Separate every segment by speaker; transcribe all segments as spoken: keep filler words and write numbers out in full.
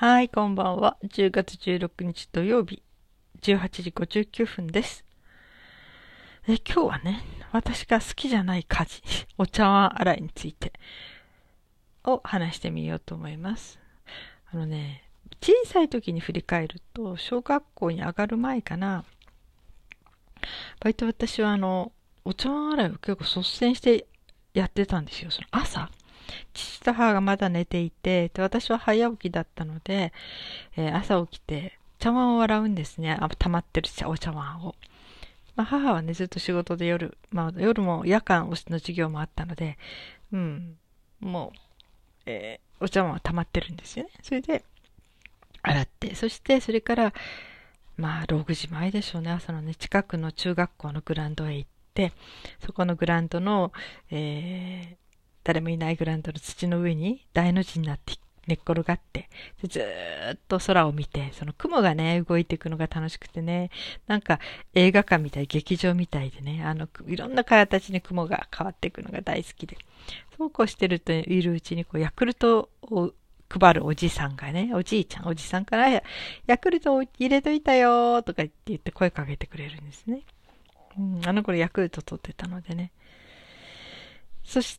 Speaker 1: はい、こんばんは。じゅうがつじゅうろくにち土曜日、じゅうはちじごじゅうきゅうふんです。え、今日はね、私が好きじゃない家事、お茶碗洗いについてを話してみようと思います。あのね、小さい時に振り返ると、小学校に上がる前かな、割と私はあの、お茶碗洗いを結構率先してやってたんですよ。その朝。父と母がまだ寝ていて、で私は早起きだったので、えー朝起きて茶碗を洗うんですね。あ、溜まってるお茶碗を。まあ、母はね、ずっと仕事で夜、まあ、夜も夜間の授業もあったので、うん、もう、えーお茶碗は溜まってるんですよね。それで、洗って、そして、それから、まあ、ろくじまえでしょうね、朝のね、近くの中学校のグラウンドへ行って、そこのグラウンドの、えー誰もいないグラウンドの土の上に大の字になって寝っ転がって、でずーっと空を見て、その雲がね、動いていくのが楽しくてね、なんか映画館みたい、劇場みたいでね、あの、いろんな形に雲が変わっていくのが大好きで、そうこうしてるといるうちに、こう、ヤクルトを配るおじさんがね、おじいちゃん、おじさんから、ヤクルトを入れといたよーとか言って言って声かけてくれるんですね。うん、あの頃ヤクルト取ってたのでね。そして、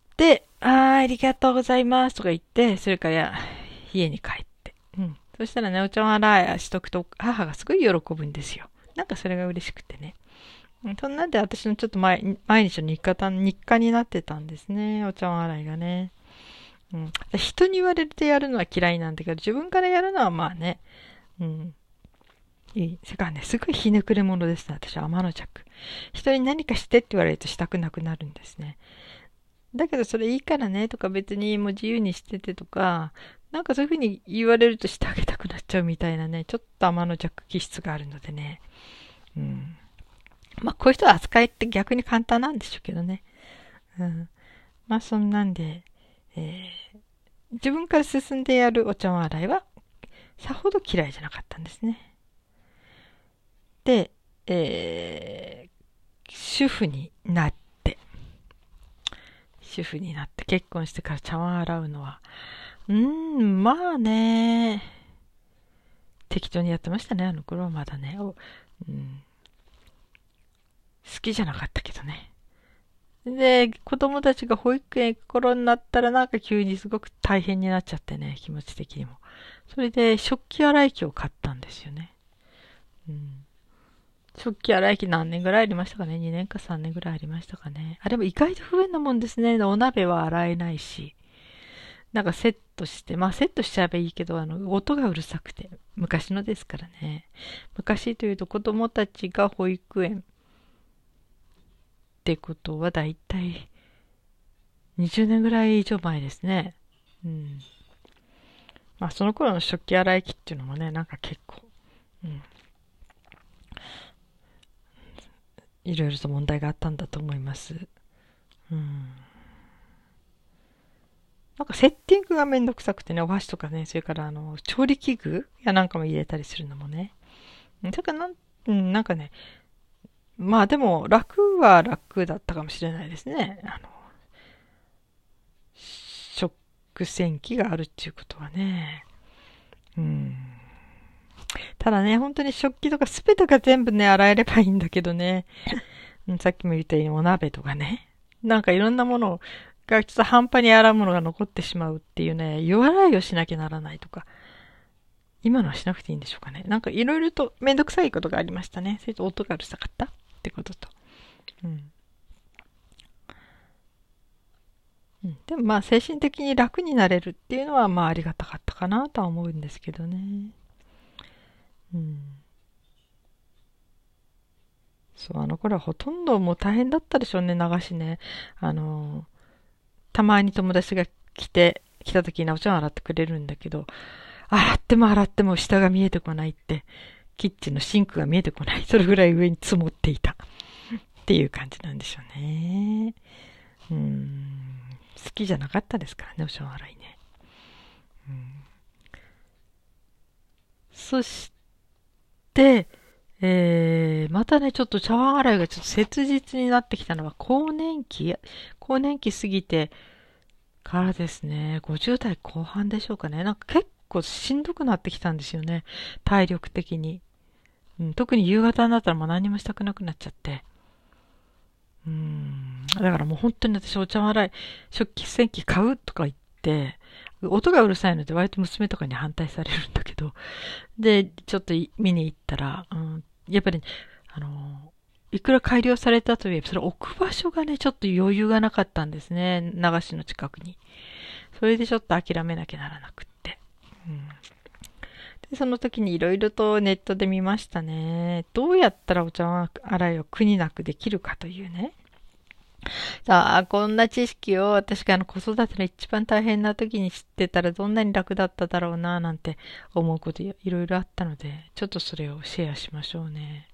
Speaker 1: あー、ありがとうございますとか言って、それから家に帰って。うん。そしたらね、お茶碗洗いしとくと、母がすごい喜ぶんですよ。なんかそれが嬉しくてね。うん、そんなんで私のちょっと毎毎日の日課日課になってたんですね。お茶碗洗いがね。うん。人に言われてやるのは嫌いなんだけど、自分からやるのはまあね。うん。いい。それからね、すごいひねくれ者ですね。私は天の弱。人に何かしてって言われるとしたくなくなるんですね。だけどそれいいからねとか別にもう自由にしててとか、なんかそういうふうに言われるとしてあげたくなっちゃうみたいなね、ちょっと天の弱気質があるのでね。うん。まあこういう人は扱いって逆に簡単なんでしょうけどね。うん。まあそんなんで、えー自分から進んでやるお茶碗洗いはさほど嫌いじゃなかったんですね。で、えー主婦になって、主婦になって結婚してから茶碗洗うのは、うーん、まあね。適当にやってましたね、あの頃はまだね。おうん、好きじゃなかったけどね。で、子供たちが保育園行く頃になったらなんか急にすごく大変になっちゃってね、気持ち的にも。それで食器洗い機を買ったんですよね。うん、食器洗い機何年ぐらいありましたかね？ に 年かさんねんぐらいありましたかね。あ、でも意外と不便なもんですね。お鍋は洗えないし。なんかセットして、まあセットしちゃえばいいけど、あの、音がうるさくて、昔のですからね。昔というと子供たちが保育園ってことはだいたいにじゅうねんぐらい以上前ですね。うん。まあその頃の食器洗い機っていうのもね、なんか結構、うん。いろいろと問題があったんだと思います。うん。なんかセッティングがめんどくさくてね、お箸とかね、それからあの、調理器具やなんかも入れたりするのもね。だからなん、うん、なんかね、まあでも楽は楽だったかもしれないですね。あの、食洗機があるっていうことはね。うん。ただね、本当に食器とかすべてが全部ね、洗えればいいんだけどね。さっきも言ったようにお鍋とかね。なんかいろんなものがちょっと半端に洗うものが残ってしまうっていうね、湯洗いをしなきゃならないとか。今のはしなくていいんでしょうかね。なんかいろいろとめんどくさいことがありましたね。それと音がうるさかったってことと。うん。うん、でもまあ精神的に楽になれるっていうのはまあありがたかったかなとは思うんですけどね。うん。そう、あの頃はほとんどもう大変だったでしょうね、流しね。あの、たまに友達が来て、来た時にお茶碗洗ってくれるんだけど、洗っても洗っても下が見えてこないって、キッチンのシンクが見えてこない。それぐらい上に積もっていた。っていう感じなんでしょうね。うん。好きじゃなかったですからね、お茶碗洗いね。うん、そして、えー、またね、ちょっと茶碗洗いがちょっと切実になってきたのは、更年期更年期過ぎてからですね、ごじゅう代後半でしょうかね。なんか結構しんどくなってきたんですよね。体力的に。うん、特に夕方になったらもう何もしたくなくなっちゃって。うーん。だからもう本当に私お茶碗洗い、食器洗機買うとか言って、音がうるさいので割と娘とかに反対されるんだけど、で、ちょっと見に行ったら、うん、やっぱり、あの、いくら改良されたといえば、それ置く場所がね、ちょっと余裕がなかったんですね。流しの近くに。それでちょっと諦めなきゃならなくって。うん、でその時にいろいろとネットで見ましたね。どうやったらお茶碗洗いを苦になくできるかというね。さあ、こんな知識を私があの子育ての一番大変な時に知ってたらどんなに楽だっただろうななんて思うこといろいろあったので、ちょっとそれをシェアしましょうね。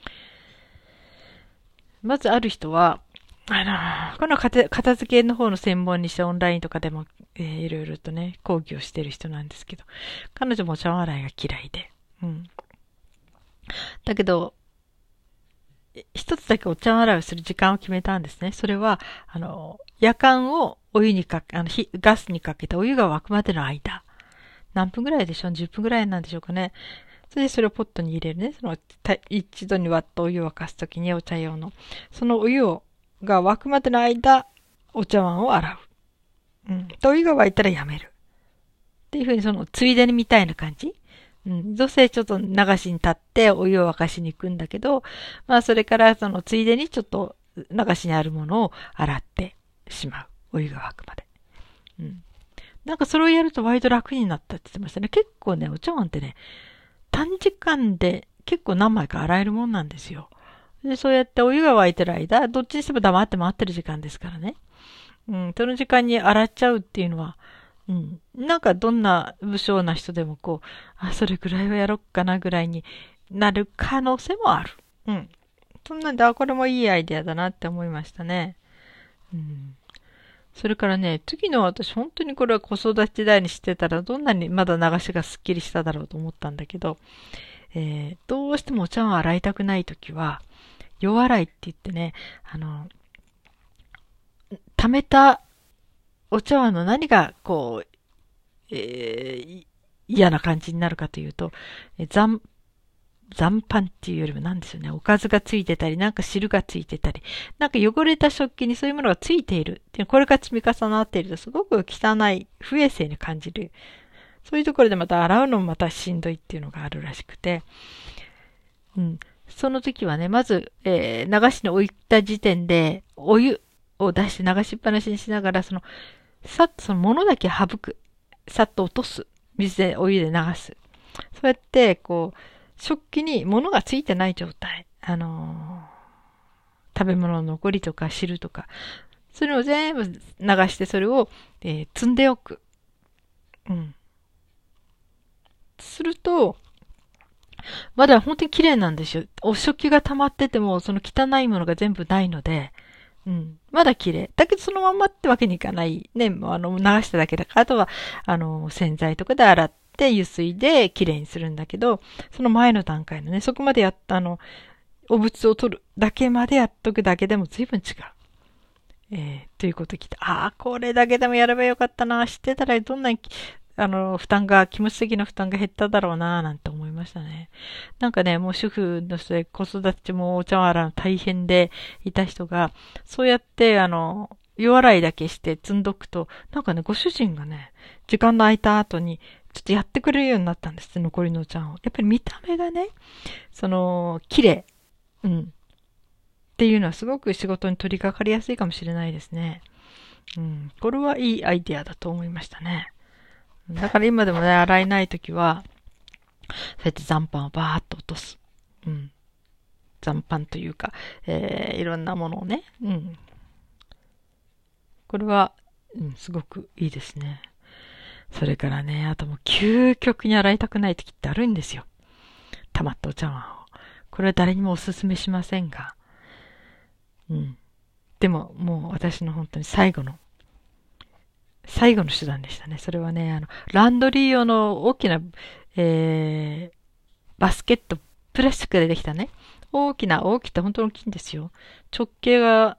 Speaker 1: まずある人は、あの、この片片付けの方の専門にしてオンラインとかでも、えー、いろいろとね、講義をしてる人なんですけど、彼女もお茶碗洗いが嫌いで、うん。だけど、一つだけお茶碗洗いをする時間を決めたんですね。それは、あの、夜間をお湯にかけ、あの、ガスにかけてお湯が沸くまでの間。何分ぐらいでしょう ?じゅっ 分ぐらいなんでしょうかね。それでそれをポットに入れるね。その、一度に割ったお湯を沸かすときにお茶用の。そのお湯を、が沸くまでの間、お茶碗を洗う。うん。で、お湯が沸いたらやめる。っていうふうにその、ついでにみたいな感じ。うん。どうせちょっと流しに立ってお湯を沸かしに行くんだけど、まあそれからそのついでにちょっと流しにあるものを洗ってしまう。お湯が沸くまで。うん。なんかそれをやると割と楽になったって言ってましたね。結構ね、お茶碗ってね、短時間で結構何枚か洗えるもんなんですよ。で、そうやってお湯が沸いてる間、どっちにしても黙って待ってる時間ですからね。うん。その時間に洗っちゃうっていうのは、うん。なんかどんな武将な人でもこう、あ、それぐらいはやろっかなぐらいになる可能性もある。うん。そんなんで、あ、これもいいアイデアだなって思いましたね。うん。それからね、次の私本当にこれは子育て時代にしてたらどんなにまだ流しがスッキリしただろうと思ったんだけど、えー、どうしてもお茶碗洗いたくないときは、夜洗いって言ってね、あの、溜めたお茶碗の何が、こう、えー、嫌な感じになるかというと、残、残飯っていうよりも何でしょうね、おかずがついてたり、なんか汁がついてたり、なんか汚れた食器にそういうものがついているっていう、これが積み重なっているとすごく汚い、不衛生に感じる。そういうところでまた洗うのもまたしんどいっていうのがあるらしくて、うん。その時はね、まず、えー、流しに置いた時点で、お湯を出して流しっぱなしにしながら、その、さっとそのものだけ省く。さっと落とす。水で、お湯で流す。そうやって、こう、食器に物がついてない状態。あのー、食べ物の残りとか汁とか。それを全部流して、それを、えー、積んでおく。うん。すると、まだ本当に綺麗なんですよ。お食器が溜まってても、その汚いものが全部ないので、うん。まだ綺麗。だけどそのまんまってわけにいかない。ね、あの、流しただけだから、あとは、あの、洗剤とかで洗って、油水で綺麗にするんだけど、その前の段階のね、そこまでやった、あの、お物を取るだけまでやっとくだけでも随分違う。えー、ということ聞いて、ああ、これだけでもやればよかったな、知ってたらどんなに、あの、負担が、気持ち的な負担が減っただろうな、なんて思いましたね。なんかね、もう主婦の人で子育てもお茶碗洗うの大変でいた人が、そうやって、あの、夜洗いだけして積んどくと、なんかね、ご主人がね、時間の空いた後に、ちょっとやってくれるようになったんです、残りのお茶碗を。やっぱり見た目がね、その、綺麗。うん。っていうのはすごく仕事に取り掛かりやすいかもしれないですね。うん。これはいいアイデアだと思いましたね。だから今でもね、洗えないときは、そうやって残飯をバーっと落とす。うん。残飯というか、えー、いろんなものをね。うん。これは、うん、すごくいいですね。それからね、あともう究極に洗いたくないときってあるんですよ。溜まったお茶碗を。これは誰にもお勧めしませんが。うん。でも、もう私の本当に最後の、最後の手段でしたね。それはね、あの、ランドリー用の大きな、えー、バスケット、プラスチックでできたね。大きな、大きな、本当に大きいんですよ。直径が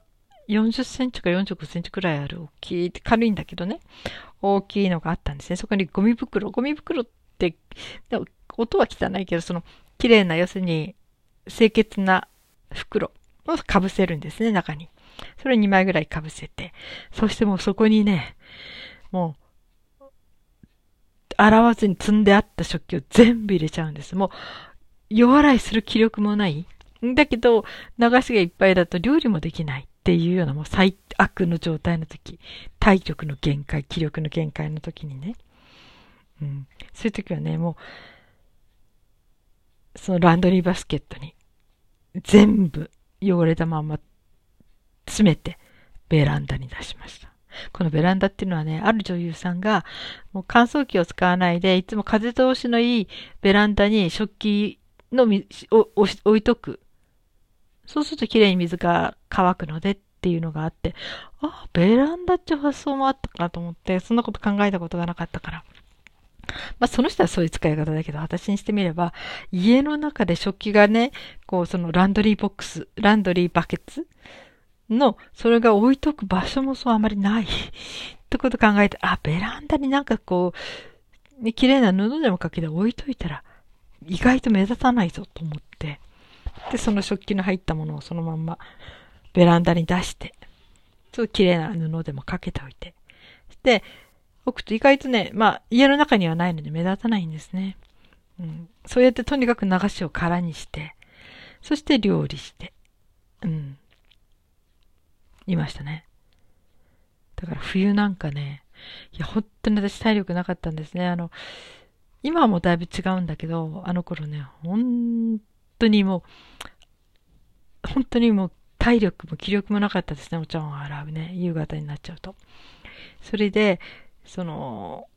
Speaker 1: よんじゅっセンチかよんじゅうごセンチくらいある大きい、軽いんだけどね、大きいのがあったんですね。そこにゴミ袋、ゴミ袋って、音は汚いけど、その、綺麗な、要するに、清潔な袋をかぶせるんですね、中に。それをにまいぐらいかぶせて、そしてもうそこにね、もう、洗わずに積んであった食器を全部入れちゃうんです。もう、夜洗いする気力もない。だけど、流しがいっぱいだと料理もできないっていうようなもう最悪の状態の時、体力の限界、気力の限界の時にね。うん。そういう時はね、もう、そのランドリーバスケットに全部汚れたまま詰めてベランダに出しました。このベランダっていうのはね、ある女優さんがもう乾燥機を使わないで、いつも風通しのいいベランダに食器のみを置いとく。そうするときれいに水が乾くのでっていうのがあって、あ、ベランダって発想もあったかと思って、そんなこと考えたことがなかったから。まあその人はそういう使い方だけど、私にしてみれば、家の中で食器がね、こうそのランドリーボックス、ランドリーバケツの、それが置いとく場所もそうあまりない。ってこと考えて、あ、ベランダになんかこう、ね、綺麗な布でもかけて置いといたら、意外と目立たないぞと思って、で、その食器の入ったものをそのまんまベランダに出して、ちょっと綺麗な布でもかけておいて。で、置くと意外とね、まあ家の中にはないので目立たないんですね。うん、そうやってとにかく流しを空にして、そして料理して、うん、いましたね。だから冬なんかね、いや本当に私体力なかったんですね。あの、今はもうだいぶ違うんだけど、あの頃ね、本当にもう、本当にもう体力も気力もなかったですね、お茶碗を洗うね、夕方になっちゃうと。それで、その、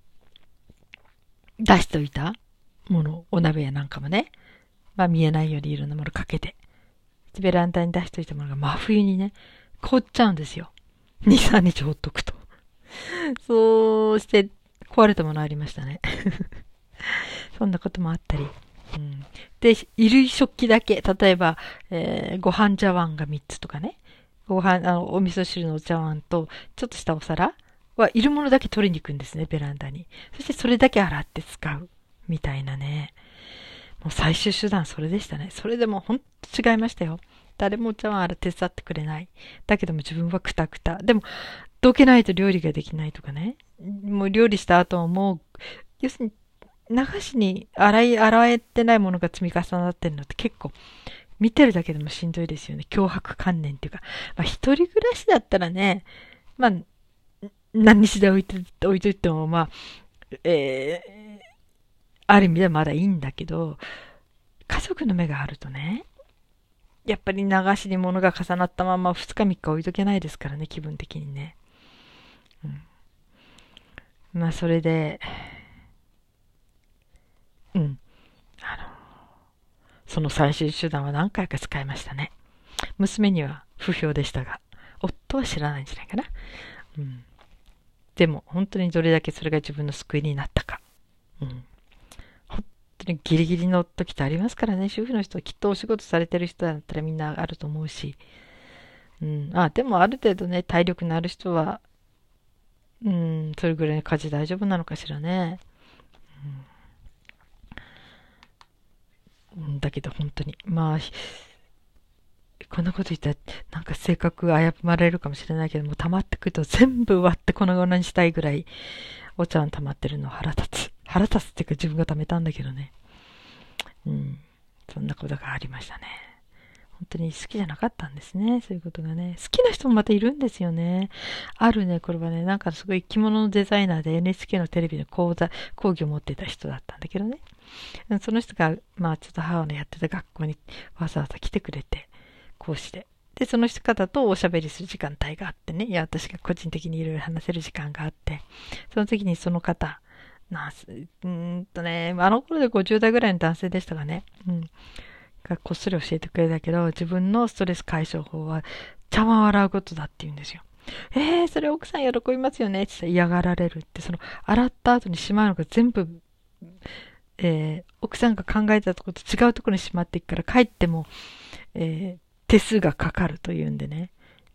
Speaker 1: 出しておいたもの、お鍋やなんかもね、まあ見えないようにいろんなものかけて、ベランダに出しておいたものが真冬にね、凍っちゃうんですよ。に、さんにちほっとくと。そうして、壊れたものありましたね。そんなこともあったり。うん、で、衣類食器だけ、例えば、えー、ご飯茶碗がみっつとかね、ご飯、あの、お味噌汁のお茶碗と、ちょっとしたお皿はいるものだけ取りに行くんですね、ベランダに。そしてそれだけ洗って使う。みたいなね。もう最終手段それでしたね。それでもほんと違いましたよ。誰もお茶碗洗って手伝ってくれない。だけども自分はクタクタ。でも、どけないと料理ができないとかね。もう料理した後はもう、要するに、流しに洗い、洗えてないものが積み重なってるのって結構見てるだけでもしんどいですよね。脅迫観念っていうか。まあ一人暮らしだったらね、まあ、何日で置いて、置いといてもまあ、えー、ある意味ではまだいいんだけど、家族の目があるとね、やっぱり流しに物が重なったままふつかみっか置いとけないですからね、気分的にね。うん、まあそれで、うん。あの、その最終手段は何回か使いましたね。娘には不評でしたが、夫は知らないんじゃないかな。うん。でも、本当にどれだけそれが自分の救いになったか。うん。本当にギリギリの時ってありますからね。主婦の人、きっとお仕事されてる人だったらみんなあると思うし。うん。あ、でもある程度ね、体力のある人は、うん、それぐらいの家事大丈夫なのかしらね。うん、だけど本当に、まあ、こんなこと言ったら、なんか性格危ぶまれるかもしれないけども、溜まってくると全部割って粉々にしたいぐらい、お茶碗溜まってるの腹立つ。腹立つっていうか自分が溜めたんだけどね。うん。そんなことがありましたね。本当に好きじゃなかったんですね。そういうことがね。好きな人もまたいるんですよね。あるね、これはね、なんかすごい着物のデザイナーで エヌエイチケー のテレビの講座、講義を持ってた人だったんだけどね。その人が、まあちょっと母のやってた学校にわざわざ来てくれて、講師で。で、その方とおしゃべりする時間帯があってね。いや、私が個人的にいろいろ話せる時間があって、その時にその方、なす、うーんとね、あの頃でごじゅう代ぐらいの男性でしたがね。うん。がこっそり教えてくれたけど、自分のストレス解消法は茶碗を洗うことだって言うんですよ。えー、それ奥さん喜びますよねって言ったら嫌がられるって、その洗った後にしまうのが全部、えー、奥さんが考えたところと違うところにしまっていくから帰っても、えー、手数がかかるというんでね。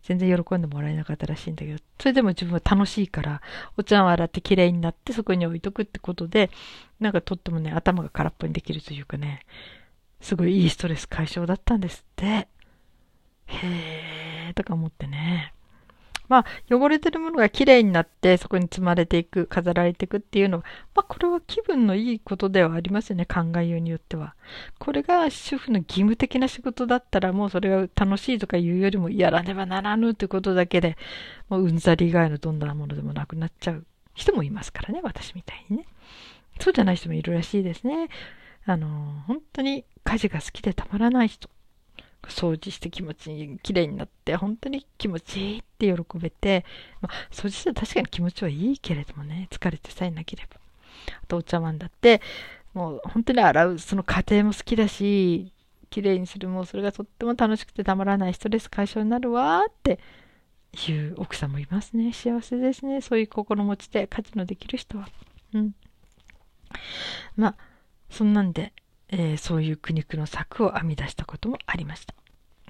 Speaker 1: 全然喜んでもらえなかったらしいんだけど、それでも自分は楽しいから、お茶碗洗って綺麗になってそこに置いとくってことで、なんかとってもね、頭が空っぽにできるというかね、すごいいいストレス解消だったんですって。へーとか思ってね。まあ、汚れてるものが綺麗になって、そこに積まれていく、飾られていくっていうのは、まあ、これは気分のいいことではありますよね、考えようによっては。これが主婦の義務的な仕事だったら、もうそれが楽しいとかいうよりも、やらねばならぬということだけで、もううんざり以外のどんなものでもなくなっちゃう人もいますからね、私みたいにね。そうじゃない人もいるらしいですね。あの、本当に家事が好きでたまらない人。掃除して気持ちいい、綺麗になって、本当に気持ちいいって喜べて、まあ、掃除して確かに気持ちはいいけれどもね、疲れてさえなければ。あとお茶碗だって、もう本当に洗う、その過程も好きだし、綺麗にする、もうそれがとっても楽しくてたまらない、ストレス解消になるわーっていう奥さんもいますね。幸せですね。そういう心持ちで家事のできる人は。うん。まあ、そんなんで、えー、そういう苦肉の策を編み出したこともありました。うん、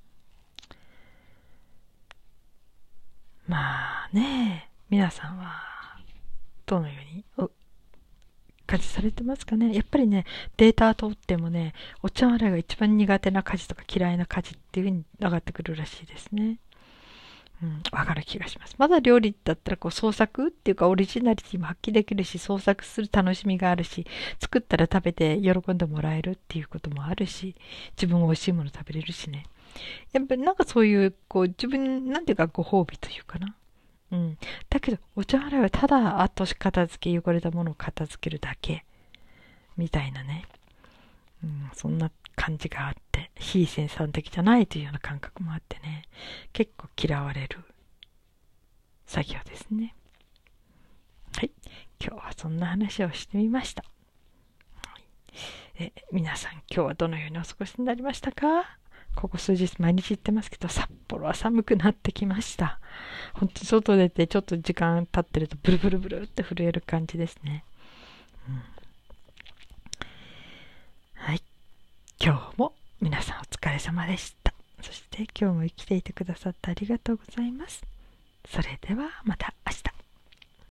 Speaker 1: まあね、皆さんはどのように家事されてますかね。やっぱりね、データを取ってもね、お茶洗いが一番苦手な家事とか嫌いな家事っていう風に上がってくるらしいですね。うん、わかる気がします。まだ料理だったらこう創作っていうかオリジナリティも発揮できるし、創作する楽しみがあるし、作ったら食べて喜んでもらえるっていうこともあるし、自分も美味しいもの食べれるしね。やっぱりなんかそういう、こう自分、なんていうかご褒美というかな。うん。だけど、お茶洗いはただ後片付け、汚れたものを片付けるだけ。みたいなね。うん、そんな感じがあって、非生産的じゃないというような感覚もあってね、結構嫌われる作業ですね。はい。今日はそんな話をしてみました。え、皆さん今日はどのようにお過ごしになりましたか？ここ数日毎日言ってますけど、札幌は寒くなってきました。本当に外出てちょっと時間経ってるとブルブルブルって震える感じですね。うん、はい。今日も皆さんお疲れ様でした。そして今日も生きていてくださってありがとうございます。それではまた。